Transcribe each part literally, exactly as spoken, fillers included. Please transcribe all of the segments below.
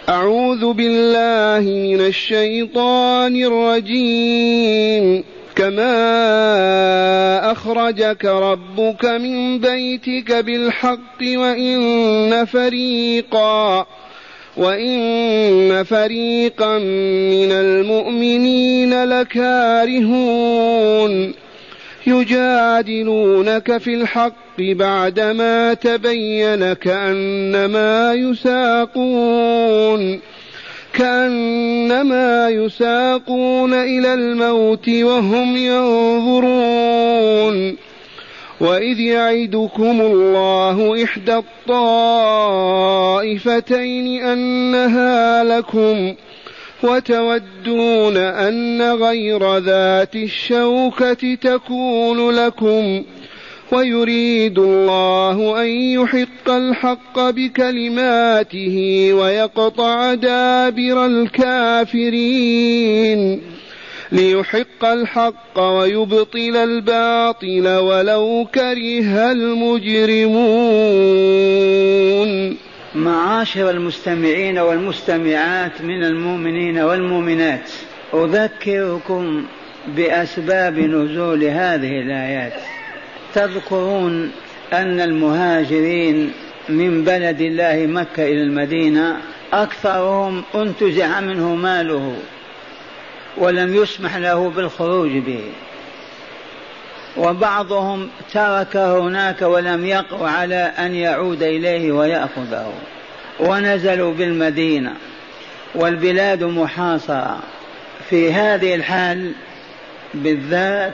أعوذ بالله من الشيطان الرجيم. كما أخرجك ربك من بيتك بالحق وإن فريقا وإن فريقا من المؤمنين لكارهون يجادلونك في الحق بعدما تبين كأنما يساقون كأنما يساقون إلى الموت وهم ينظرون. وإذ يعدكم الله إحدى الطائفتين أنها لكم وتودون أن غير ذات الشوكة تكون لكم ويريد الله أن يحق الحق بكلماته ويقطع دابر الكافرين ليحق الحق ويبطل الباطل ولو كره المجرمون. معاشر المستمعين والمستمعات من المؤمنين والمؤمنات، أذكركم بأسباب نزول هذه الآيات. تذكرون أن المهاجرين من بلد الله مكة إلى المدينة أكثرهم انتزع منه ماله ولم يسمح له بالخروج به، وبعضهم ترك هناك ولم يقع على أن يعود إليه ويأخذه، ونزلوا بالمدينة والبلاد محاصرة. في هذه الحال بالذات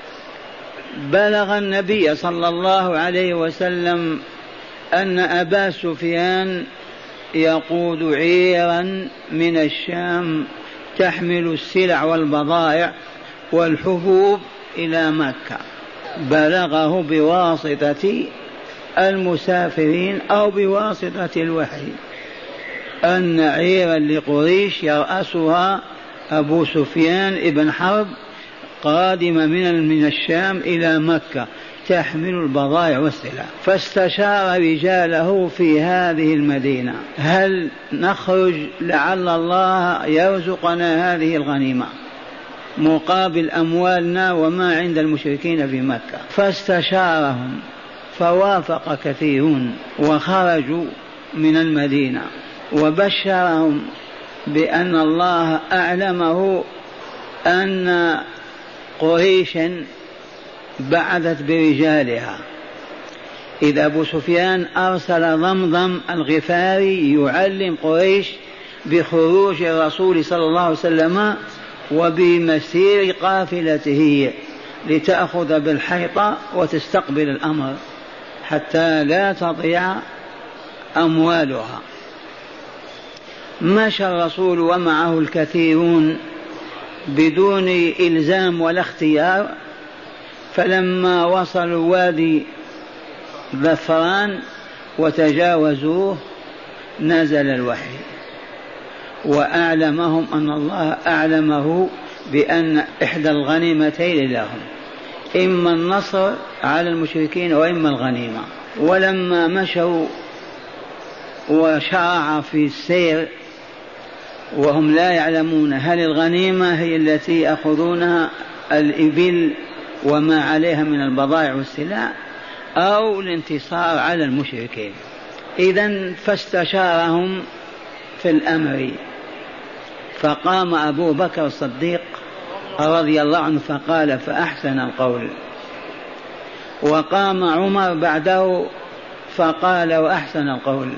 بلغ النبي صلى الله عليه وسلم أن أبا سفيان يقود عيرا من الشام تحمل السلع والبضائع والحبوب إلى مكة. بلغه بواسطة المسافرين أو بواسطة الوحي أن عيرا لقريش يرأسها أبو سفيان ابن حرب قادمة من من الشام إلى مكة تحمل البضائع والسلع. فاستشار رجاله في هذه المدينة: هل نخرج لعل الله يرزقنا هذه الغنيمة مقابل أموالنا وما عند المشركين في مكة؟ فاستشارهم فوافق كثيرون وخرجوا من المدينة، وبشرهم بأن الله أعلمه أن قريشا بعثت برجالها. إذا أبو سفيان أرسل ضمضم الغفاري يعلم قريش بخروج الرسول صلى الله عليه وسلم وبمسير قافلته لتأخذ بالحيطة وتستقبل الأمر حتى لا تضيع أموالها. مشى الرسول ومعه الكثيرون بدون إلزام ولا اختيار، فلما وصلوا وادي ظفران وتجاوزوه نزل الوحي وأعلمهم أن الله أعلمه بأن إحدى الغنيمتين لهم، إما النصر على المشركين وإما الغنيمة. ولما مشوا وشرع في السير وهم لا يعلمون هل الغنيمة هي التي يأخذونها الإبل وما عليها من البضائع والسلع أو الانتصار على المشركين. إذن فاستشارهم في الأمر، فقام أبو بكر الصديق رضي الله عنه فقال فأحسن القول، وقام عمر بعده فقال وأحسن القول،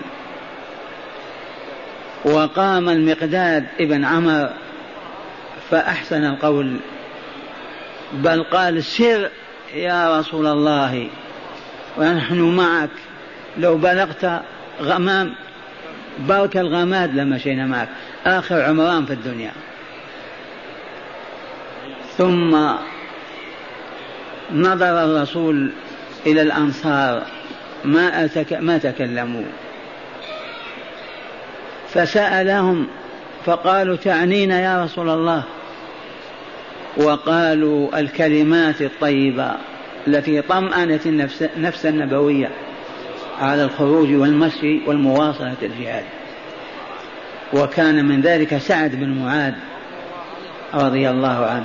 وقام المقداد ابن عمر فأحسن القول، بل قال سر يا رسول الله ونحن معك، لو بلغت غمام برك الغماد لمشينا معك، آخر عمران في الدنيا. ثم نظر الرسول إلى الأنصار ما, أتك ما تكلموا، فسألهم فقالوا تعنينا يا رسول الله، وقالوا الكلمات الطيبة التي طمأنت النفس, النفس النبوية على الخروج والمشي والمواصلة الجهاد. وكان من ذلك سعد بن معاذ رضي الله عنه.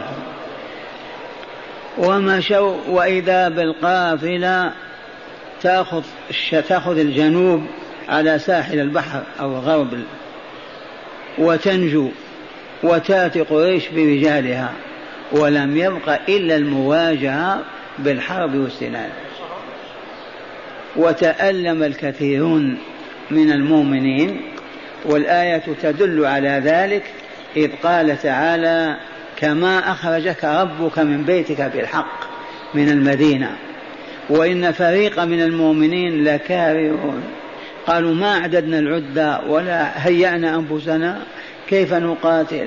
ومشوا وإذا بالقافلة تأخذ تأخذ الجنوب على ساحل البحر أو غرب وتنجو، وتأتي قريش برجالها، ولم يبق إلا المواجهة بالحرب والسلاح. وتألم الكثيرون من المؤمنين، والآية تدل على ذلك إذ قال تعالى: كما أخرجك ربك من بيتك بالحق من المدينة وإن فريقا من المؤمنين لكارهون. قالوا: ما أعددنا العدة ولا هيأنا أنفسنا، كيف نقاتل؟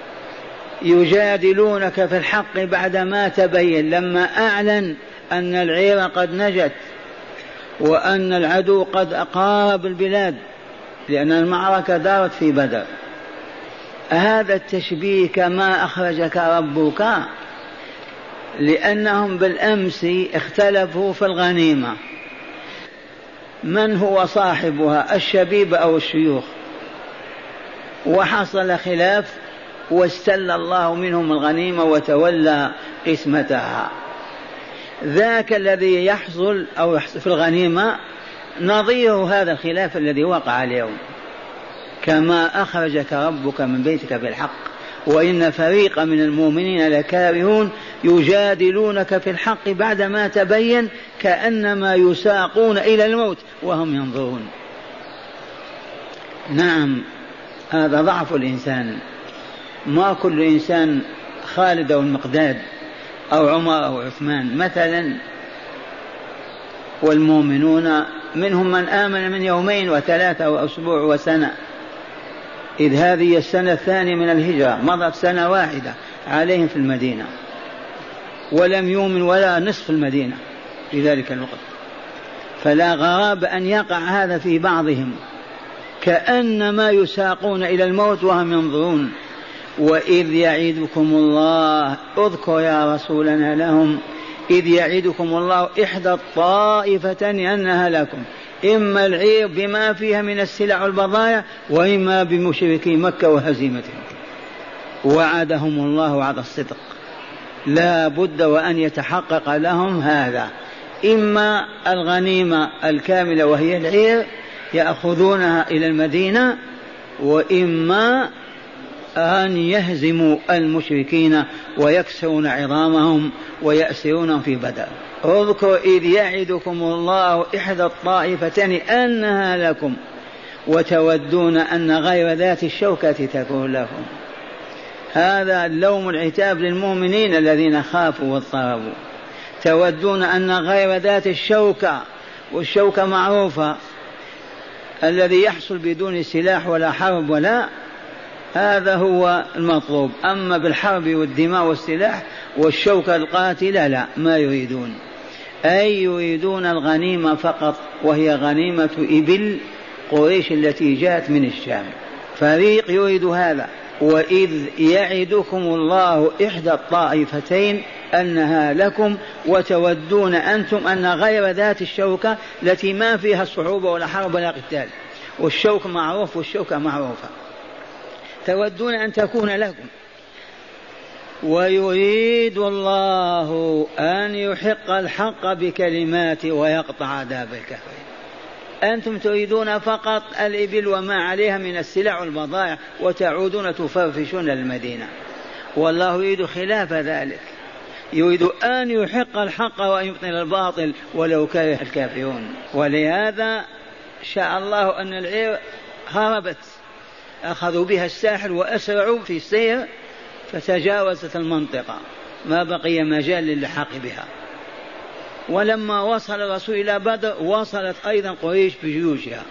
يجادلونك في الحق بعدما تبين، لما أعلن أن العير قد نجت وأن العدو قد أقارب البلاد، لأن المعركة دارت في بدر. هذا التشبيه كما أخرجك ربك، لأنهم بالأمس اختلفوا في الغنيمة، من هو صاحبها، الشبيب أو الشيوخ، وحصل خلاف واستل الله منهم الغنيمة وتولى قسمتها. ذاك الذي يحصل أو يحصل في الغنيمة نظير هذا الخلاف الذي وقع اليوم. كما أخرجك ربك من بيتك بالحق وإن فريقا من المؤمنين لكارهون يجادلونك في الحق بعدما تبين كأنما يساقون إلى الموت وهم ينظرون. نعم، هذا ضعف الإنسان. ما كل إنسان خالد أو المقداد أو عمر أو عثمان مثلا، والمؤمنون منهم من آمن من يومين وثلاثة وأسبوع وسنة، إذ هذه السنة الثانية من الهجرة، مضت سنة واحدة عليهم في المدينة، ولم يؤمن ولا نصف المدينة في ذلك الوقت. فلا غراب أن يقع هذا في بعضهم، كأنما يساقون إلى الموت وهم ينظرون. وإذ يعدكم الله، اذكر يا رسولنا لهم، إذ يعدكم الله إحدى الطائفتين أنها لكم، إما العير بما فيها من السلع والبضائع، وإما بمشركي مكة وهزيمتهم. وعدهم الله وعد الصدق، لا بد وأن يتحقق لهم هذا، إما الغنيمة الكاملة وهي العير يأخذونها إلى المدينة، وإما أن يهزموا المشركين ويكسرون عظامهم ويأسرونهم في بدر. اذكر إذ يعدكم الله إحدى الطائفتين أنها لكم وتودون أن غير ذات الشوكة تكون لكم. هذا اللوم العتاب للمؤمنين الذين خافوا واضطربوا. تودون أن غير ذات الشوكة، والشوكة معروفة، الذي يحصل بدون سلاح ولا حرب ولا، هذا هو المطلوب. أما بالحرب والدماء والسلاح والشوكة القاتلة لا، ما يريدون، أي يريدون الغنيمة فقط، وهي غنيمة إبل قريش التي جاءت من الشام. فريق يريد هذا. وإذ يعدكم الله إحدى الطائفتين أنها لكم وتودون أنتم أن غير ذات الشوكة التي ما فيها صعوبة ولا حرب ولا قتال، والشوك معروف والشوكة معروفة، تودون أن تكون لكم. ويريد الله أن يحق الحق بكلماته ويقطع دابر الكافرين. أنتم تريدون فقط الإبل وما عليها من السلع والبضائع، وتعودون تفرفشون المدينة، والله يريد خلاف ذلك، يريد أن يحق الحق ويبطل الباطل ولو كره الكافرون. ولهذا شاء الله أن العير هربت، أخذوا بها الساحل وأسرعوا في السير فتجاوزت المنطقة، ما بقي مجال للحاق بها. ولما وصل الرسول إلى بدر وصلت أيضا قريش بجيوشها.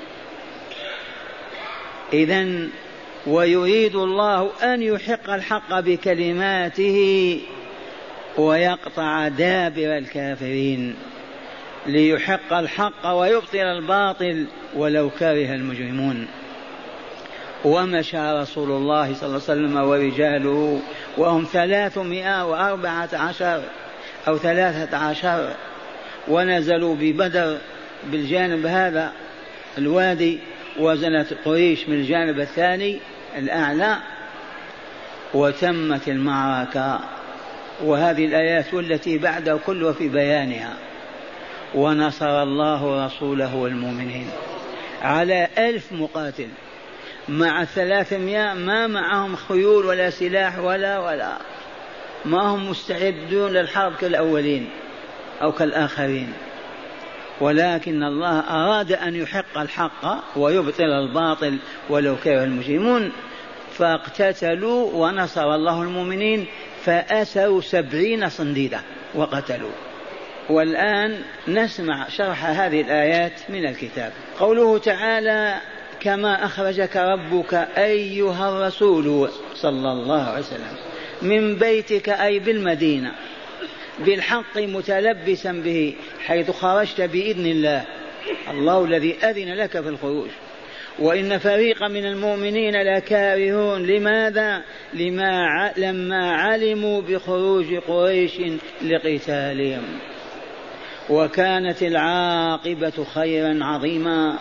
إذن ويريد الله أن يحق الحق بكلماته ويقطع دابر الكافرين، ليحق الحق ويبطل الباطل ولو كره المجرمون. ومشى رسول الله صلى الله عليه وسلم ورجاله وهم ثلاثمائة وأربعة عشر أو ثلاثة عشر، ونزلوا ببدر بالجانب هذا الوادي، وزنت قريش من الجانب الثاني، الأعلى وتمت المعركة. وهذه الآيات والتي بعدها كلها في بيانها. ونصر الله رسوله والمؤمنين على ألف مقاتل مع ثلاثمائة ما معهم خيول ولا سلاح ولا ولا ما هم مستعدون للحرب كالأولين أو كالآخرين، ولكن الله أراد أن يحق الحق ويبطل الباطل ولو كره المجرمون، فاقتتلوا ونصر الله المؤمنين فأسروا سبعين صنديدا وقتلوا. والآن نسمع شرح هذه الآيات من الكتاب. قوله تعالى: كما أخرجك ربك أيها الرسول صلى الله عليه وسلم من بيتك، أي بالمدينة، بالحق متلبسا به، حيث خرجت بإذن الله، الله الذي أذن لك في الخروج. وإن فريقا من المؤمنين لكارهون. لماذا؟ لما لما علموا بخروج قريش لقتالهم، وكانت العاقبة خيرا عظيما.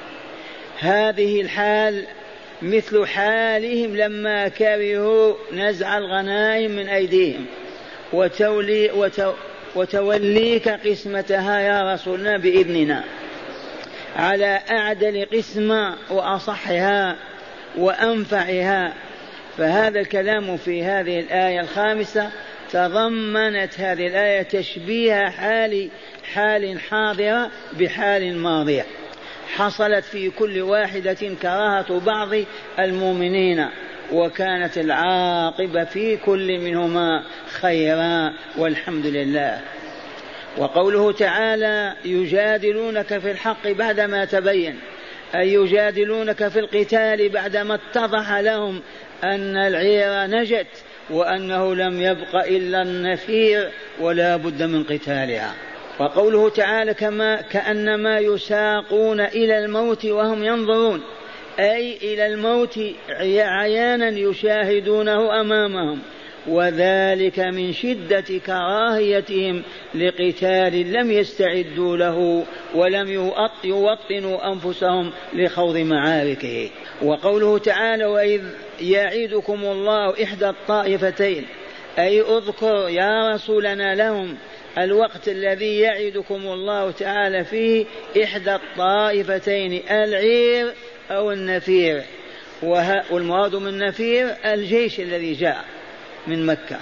هذه الحال مثل حالهم لما كرهوا نزع الغنائم من أيديهم وتولي وتو وتوليك قسمتها يا رسولنا بإذننا على أعدل قسمة وأصحها وأنفعها. فهذا الكلام في هذه الآية الخامسة تضمنت هذه الآية تشبيه حال حال حاضرة بحال ماضية حصلت في كل واحدة كراهة بعض المؤمنين، وكانت العاقبة في كل منهما خيرا والحمد لله. وقوله تعالى: يجادلونك في الحق بعدما تبين، أي يجادلونك في القتال بعدما اتضح لهم أن العير نجت وأنه لم يبق إلا النفير ولا بد من قتالها. وقوله تعالى: كما كأنما يساقون إلى الموت وهم ينظرون، أي إلى الموت عيانا يشاهدونه أمامهم، وذلك من شدة كراهيتهم لقتال لم يستعدوا له ولم يوطنوا أنفسهم لخوض معاركه. وقوله تعالى: وإذ يعدكم الله إحدى الطائفتين، أي اذكر يا رسولنا لهم الوقت الذي يعدكم الله تعالى فيه إحدى الطائفتين، العير أو النفير. والمراد من النفير الجيش الذي جاء من مكة،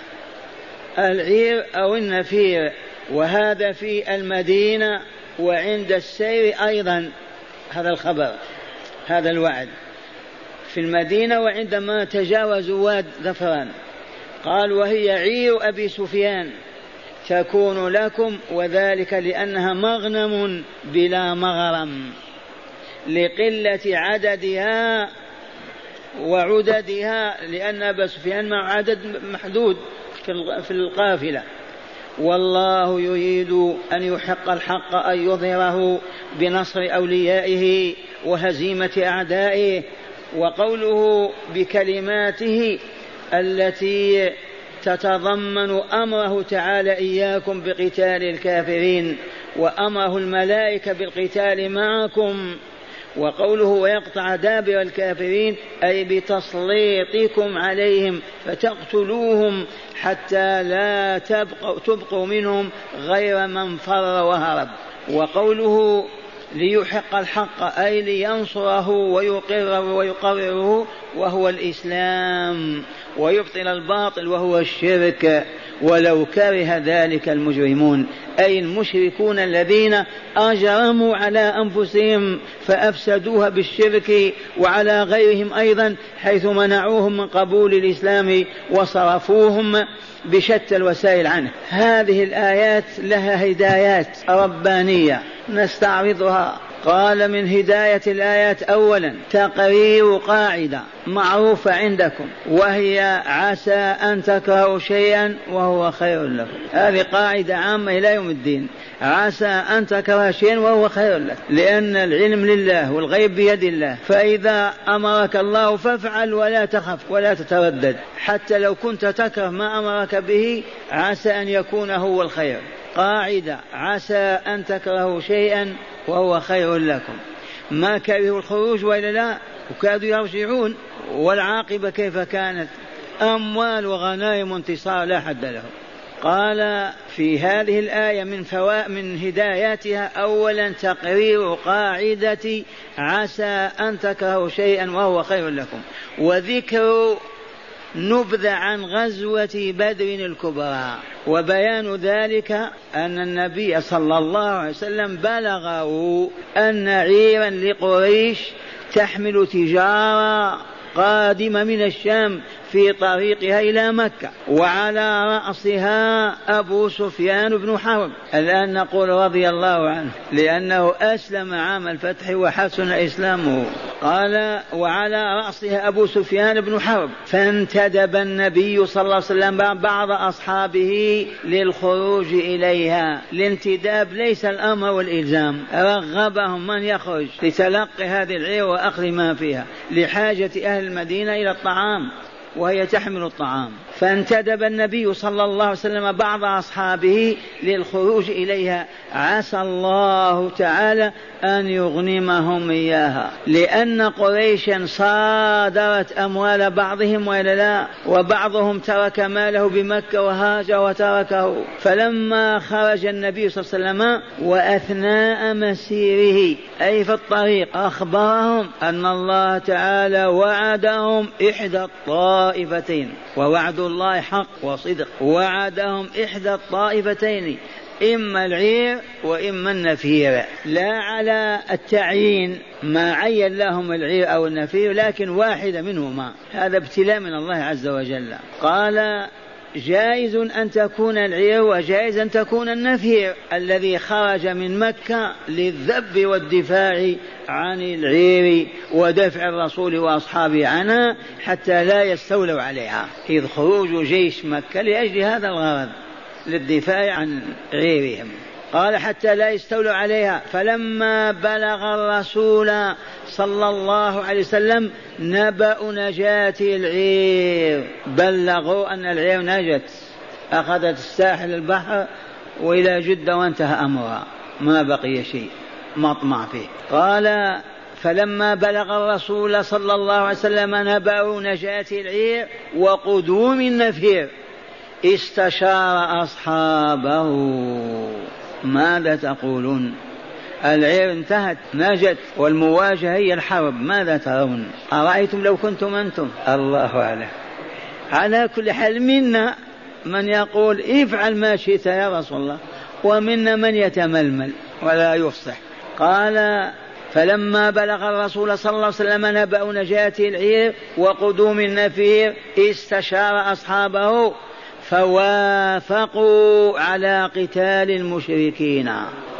العير أو النفير. وهذا في المدينة وعند السير أيضا، هذا الخبر هذا الوعد في المدينة وعندما تجاوزوا واد ظفران. قال: وهي عير أبي سفيان تكون لكم، وذلك لأنها مغنم بلا مغرم لقلة عددها وعددها، لأن أبا سفيان مع عدد محدود في القافلة. والله يريد أن يحق الحق، أن يظهره بنصر أوليائه وهزيمة أعدائه. وقوله بكلماته التي تتضمن أمره تعالى إياكم بقتال الكافرين، وأمره الملائكة بالقتال معكم. وقوله: ويقطع دابر الكافرين، أي بتسليطكم عليهم فتقتلوهم حتى لا تبقوا, تبقوا منهم غير من فر وهرب. وقوله: ليحق الحق، أي لينصره ويقرره ويقرره وهو الإسلام، ويبطل الباطل وهو الشرك ولو كره ذلك المجرمون، أي المشركون الذين أجرموا على أنفسهم فأفسدوها بالشرك وعلى غيرهم أيضا، حيث منعوهم من قبول الإسلام وصرفوهم بشتى الوسائل عنه. هذه الآيات لها هدايات ربانية نستعرضها. قال: من هداية الآيات أولا تقرير قاعدة معروفة عندكم، وهي عسى أن تكرهوا شيئا وهو خير لكم. هذه قاعدة عامة إلى يوم الدين، عسى أن تكره شيئا وهو خير لك، لأن العلم لله والغيب بيد الله. فإذا أمرك الله فافعل ولا تخف ولا تتردد، حتى لو كنت تكره ما أمرك به عسى أن يكون هو الخير. قاعدة: عسى أن تكرهوا شيئا وهو خير لكم. ما كرهوا الخروج وإلا لا، وكادوا يرجعون، والعاقبة كيف كانت؟ أموال وغنائم وانتصار لا حد له. قال في هذه الآية من فوائد من هداياتها أولا تقرير قاعدة عسى أن تكرهوا شيئا وهو خير لكم، وذكر نبذ عن غزوة بدر الكبرى، وبيان ذلك أن النبي صلى الله عليه وسلم بلغه أن عيرا لقريش تحمل تجارة قادمة من الشام في طريقها إلى مكة، وعلى رأسها أبو سفيان بن حرب. الآن نقول رضي الله عنه لأنه أسلم عام الفتح وحسن إسلامه. قال وعلى رأسها أبو سفيان بن حرب، فانتدب النبي صلى الله عليه وسلم بعض أصحابه للخروج إليها. الانتداب ليس الأمر والإلزام، رغبهم من يخرج لتلقي هذه العير وأخذ ما فيها لحاجة أهل المدينة إلى الطعام، وهي تحمل الطعام. فانتدب النبي صلى الله عليه وسلم بعض أصحابه للخروج إليها، عسى الله تعالى أن يغنمهم إياها، لأن قريشا صادرت أموال بعضهم وإلا لا، وبعضهم ترك ماله بمكة وهاجر وتركه. فلما خرج النبي صلى الله عليه وسلم وأثناء مسيره أي في الطريق أخبرهم أن الله تعالى وعدهم إحدى الطائفتين، ووعد الله حق وصدق، وعدهم إحدى الطائفتين إما العير وإما النفير، لا على التعيين ما عين لهم العير أو النفير، لكن واحدة منهما. هذا ابتلاء من الله عز وجل. قال جائز أن تكون العير وجائز أن تكون النفير. الذي خرج من مكة للذب والدفاع عن العير ودفع الرسول وأصحابه عنها حتى لا يستولوا عليها، إذ خروج جيش مكة لأجل هذا الغرض للدفاع عن عيرهم. قال حتى لا يستولوا عليها. فلما بلغ الرسول صلى الله عليه وسلم نبأ نجاة العير، بلغوا أن العير نجت، أخذت الساحل البحر وإلى جدة وانتهى أمرها، ما بقي شيء مطمع فيه. قال فلما بلغ الرسول صلى الله عليه وسلم نبأ نجاة العير وقدوم النفير استشار أصحابه، ماذا تقولون؟ العير انتهت نجت والمواجهة هي الحرب، ماذا ترون؟ أرأيتم لو كنتم أنتم؟ الله أعلم. على كل حال منا من يقول افعل ما شئت يا رسول الله، ومنا من يتململ ولا يفصح. قال فلما بلغ الرسول صلى الله عليه وسلم نبأ نجاة العير وقدوم النفير استشار أصحابه فوافقوا على قتال المشركين،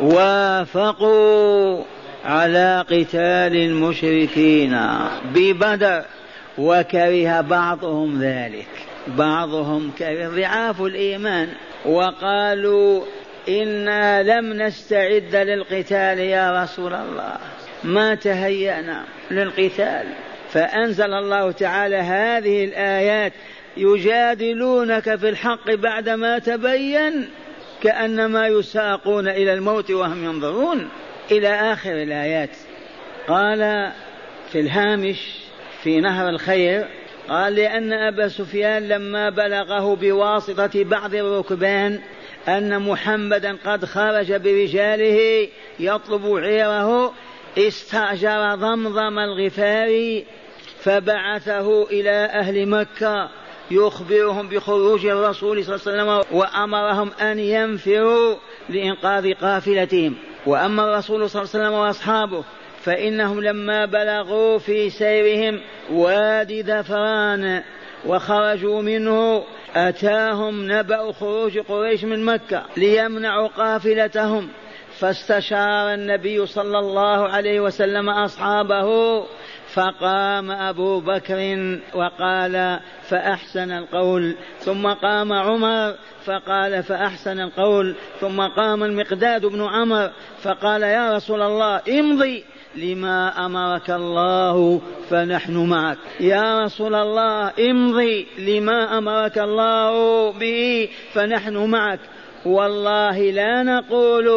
وافقوا على قتال المشركين ببدر، وكره بعضهم ذلك، بعضهم كره ضعاف الإيمان، وقالوا إنا لم نستعد للقتال يا رسول الله، ما تهيأنا للقتال. فأنزل الله تعالى هذه الآيات يجادلونك في الحق بعدما تبين كأنما يساقون إلى الموت وهم ينظرون إلى آخر الآيات. قال في الهامش في نهر الخير، قال لأن أبا سفيان لما بلغه بواسطة بعض الركبان أن محمدا قد خرج برجاله يطلب عيره استأجر ضمضم الغفاري فبعثه إلى أهل مكة يخبرهم بخروج الرسول صلى الله عليه وسلم، وأمرهم أن ينفروا لإنقاذ قافلتهم. وأما الرسول صلى الله عليه وسلم وأصحابه فإنهم لما بلغوا في سيرهم وادي ذفران وخرجوا منه أتاهم نبأ خروج قريش من مكة ليمنعوا قافلتهم، فاستشار النبي صلى الله عليه وسلم أصحابه، فقام أبو بكر وقال فأحسن القول، ثم قام عمر فقال فأحسن القول، ثم قام المقداد بن عمر فقال يا رسول الله امضي لما أمرك الله فنحن معك، يا رسول الله امضي لما أمرك الله به فنحن معك، والله لا نقول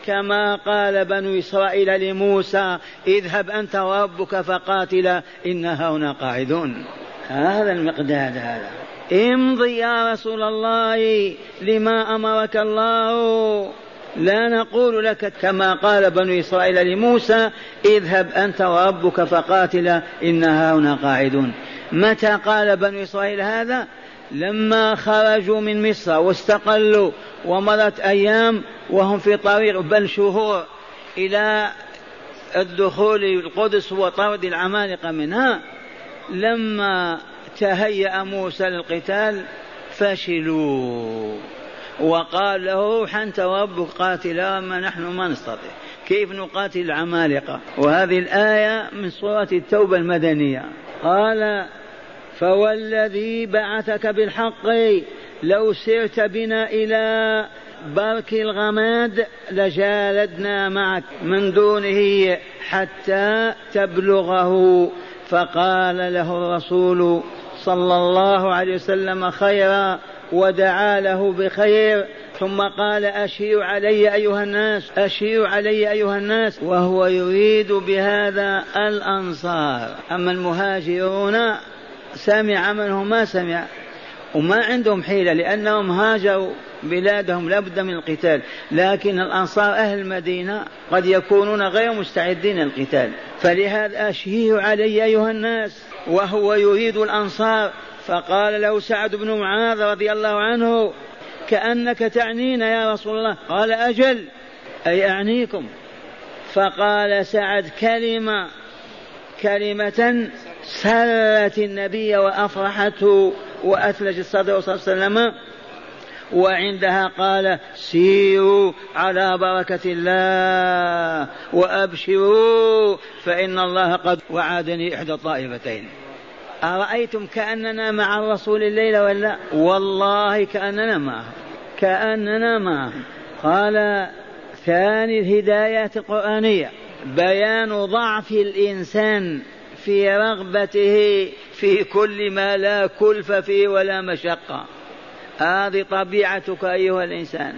كما قال بنو إسرائيل لموسى اذهب أنت وربك فقاتلا إنا هنا قاعدون. هذا المقداد هذا. امضي يا رسول الله لما أمرك الله، لا نقول لك كما قال بنو إسرائيل لموسى اذهب أنت وربك فقاتلا إنا هنا قاعدون. متى قال بنو إسرائيل هذا؟ لما خرجوا من مصر واستقلوا ومرت أيام وهم في طريق بل شهور إلى الدخول القدس وطرد العمالقة منها. لما تهيأ موسى للقتال فشلوا وقال له روح أنت وربك قاتلا ما نحن ما نستطيع، كيف نقاتل العمالقة؟ وهذه الآية من سورة التوبة المدنية. قال فوالذي بعثك بالحق لو سرت بنا إلى برك الغماد لجالدنا معك من دونه حتى تبلغه. فقال له الرسول صلى الله عليه وسلم خيرا ودعا له بخير، ثم قال أشيروا علي أيها الناس أشيروا علي أيها الناس، وهو يريد بهذا الأنصار. أما المهاجرون سمع منهم ما سمع وما عندهم حيلة لأنهم هاجروا بلادهم لابد من القتال، لكن الأنصار أهل المدينة قد يكونون غير مستعدين للقتال. فلهذا أشيروا علي أيها الناس وهو يريد الأنصار. فقال له سعد بن معاذ رضي الله عنه كأنك تعنينا يا رسول الله. قال أجل أي أعنيكم. فقال سعد كلمة كلمة سرت النبي وأفرحته وأثلج صدره صلى الله عليه وسلم، وعندها قال سيروا على بركة الله وأبشروا فإن الله قد وعدني إحدى الطائفتين. أرأيتم كأننا مع الرسول الليلة ولا؟ والله كأننا معه كأننا معه. قال ثاني الهدايات القرآنية بيان ضعف الإنسان في رغبته في كل ما لا كلف فيه ولا مشقة. هذه طبيعتك أيها الإنسان.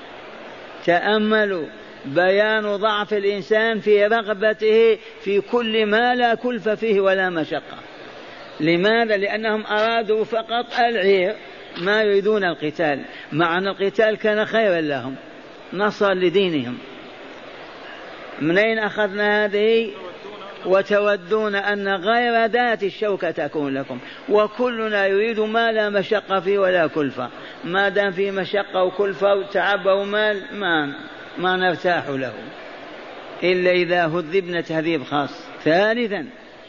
تأملوا بيان ضعف الإنسان في رغبته في كل ما لا كلف فيه ولا مشقة. لماذا؟ لأنهم أرادوا فقط العير ما يريدون القتال، مع أن القتال كان خيرا لهم نصرا لدينهم. منين أخذنا هذه؟ وتودون أن غير ذات الشوكة تكون لكم، وكلنا يريد ما لا مشقة فيه ولا كلفة. ما دام فيه مشقة وكلفة وتعب ومال ما, ما نرتاح له إلا إذا هذبنا تهذيب خاص. ثالثا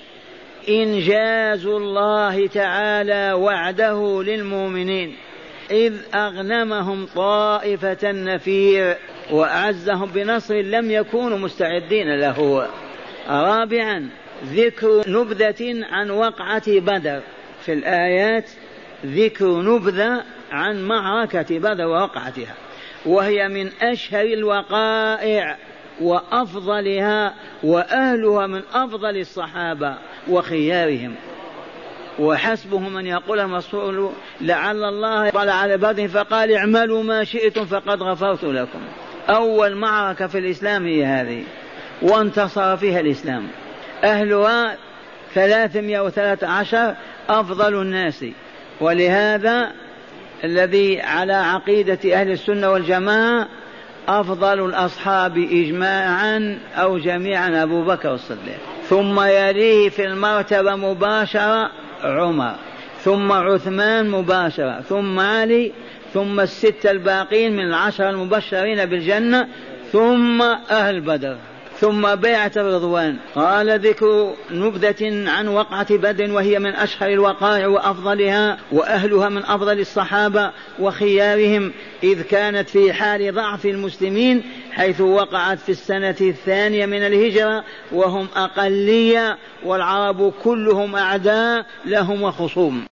إنجاز الله تعالى وعده للمؤمنين إذ أغنمهم طائفة النفير وأعزهم بنصر لم يكونوا مستعدين له. رابعا ذكر نبذة عن وقعة بدر. في الآيات ذكر نبذة عن معركة بدر ووقعتها، وهي من أشهر الوقائع وأفضلها، وأهلها من أفضل الصحابة وخيارهم. وحسبهم أن يقول الرسول لعل الله طلع على بدر فقال اعملوا ما شئتم فقد غفرت لكم. أول معركة في الإسلام هي هذه، وانتصر فيها الإسلام. أهلها ثلاثمائة وثلاثة عشر أفضل الناس. ولهذا الذي على عقيدة أهل السنة والجماعة أفضل الأصحاب إجماعا أو جميعا أبو بكر الصديق، ثم يليه في المرتبة مباشرة عمر، ثم عثمان مباشرة، ثم علي، ثم الستة الباقين من العشر المبشرين بالجنة، ثم أهل بدر، ثم بيعة الرضوان. قال ذكر نبذة عن وقعة بدر وهي من أشهر الوقائع وأفضلها، وأهلها من أفضل الصحابة وخيارهم، إذ كانت في حال ضعف المسلمين حيث وقعت في السنة الثانية من الهجرة وهم أقلية، والعرب كلهم أعداء لهم وخصوم.